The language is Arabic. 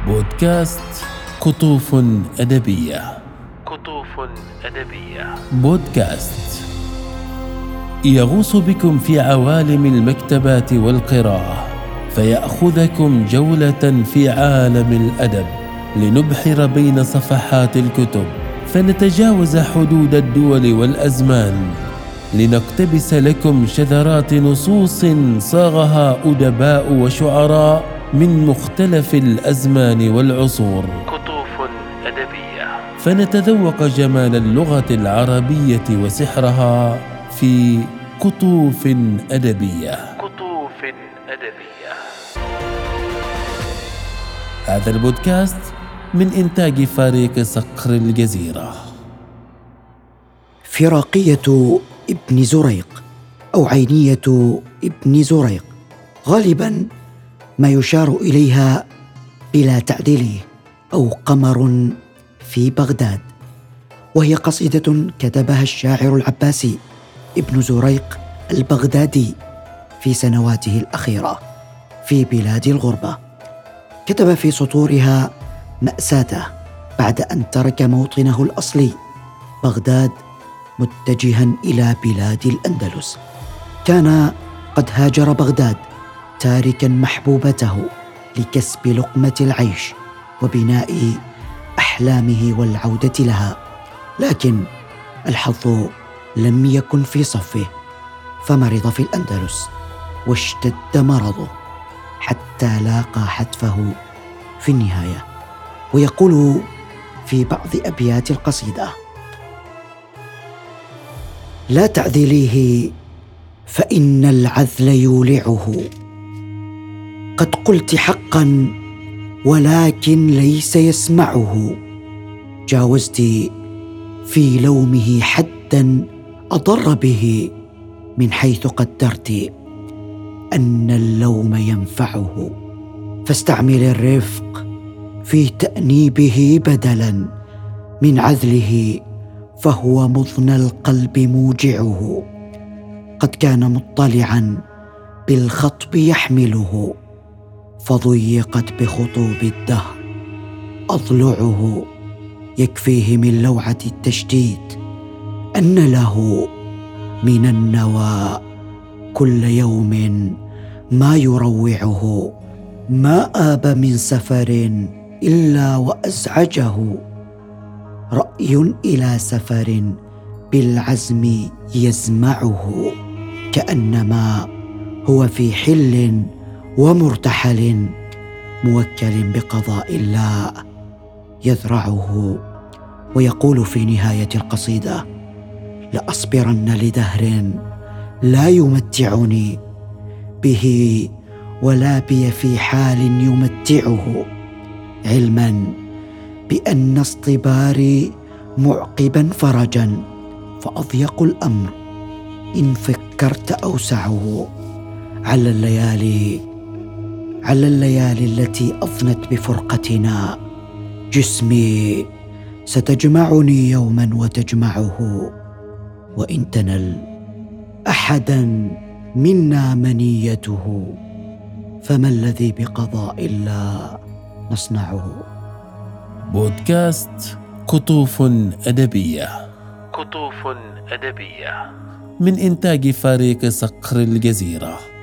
بودكاست قطوف أدبية. بودكاست يغوص بكم في عوالم المكتبات والقراءة، فيأخذكم جولة في عالم الأدب، لنبحر بين صفحات الكتب، فنتجاوز حدود الدول والأزمان، لنقتبس لكم شذرات نصوص صاغها أدباء وشعراء من مختلف الأزمان والعصور. قطوف أدبية. فنتذوق جمال اللغة العربية وسحرها في قطوف أدبية. هذا البودكاست من إنتاج فريق صقر الجزيرة. فراقية ابن زريق أو عينية ابن زريق، غالبا ما يشار إليها بلا تعديل، أو قمر في بغداد، وهي قصيدة كتبها الشاعر العباسي ابن زريق البغدادي في سنواته الأخيرة في بلاد الغربة. كتب في سطورها مأساته بعد أن ترك موطنه الأصلي بغداد متجها إلى بلاد الأندلس. كان قد هاجر بغداد تاركا محبوبته لكسب لقمة العيش وبناء أحلامه والعودة لها، لكن الحظ لم يكن في صفه، فمرض في الأندلس واشتد مرضه حتى لاقى حتفه في النهاية. ويقول في بعض أبيات القصيدة: لا تعذليه فإن العذل يولعه، قد قلت حقا ولكن ليس يسمعه، جاوزت في لومه حدا أضر به، من حيث قدرت أن اللوم ينفعه، فاستعمل الرفق في تأنيبه بدلا من عذله، فهو مضنى القلب موجعه، قد كان مطلعا بالخطب يحمله، فضيقت بخطوب الدهر أضلعه، يكفيه من لوعة التشديد أن له من النوى كل يوم ما يروعه، ما آب من سفر إلا وأزعجه، رأي إلى سفر بالعزم يزمعه، كأنما هو في حل ومرتحل موكل بقضاء الله يذرعه. ويقول في نهاية القصيدة: لأصبرن لدهر لا يمتعني به ولا بي في حال يمتعه، علما بأن اصطباري معقبا فرجا، فأضيق الأمر إن فكرت أوسعه، على الليالي التي أضنت بفرقتنا، جسمي ستجمعني يوما وتجمعه، وإن تنل أحدا منا منيته، فما الذي بقضاء الله نصنعه. بودكاست قطوف أدبية من إنتاج فريق صقر الجزيرة.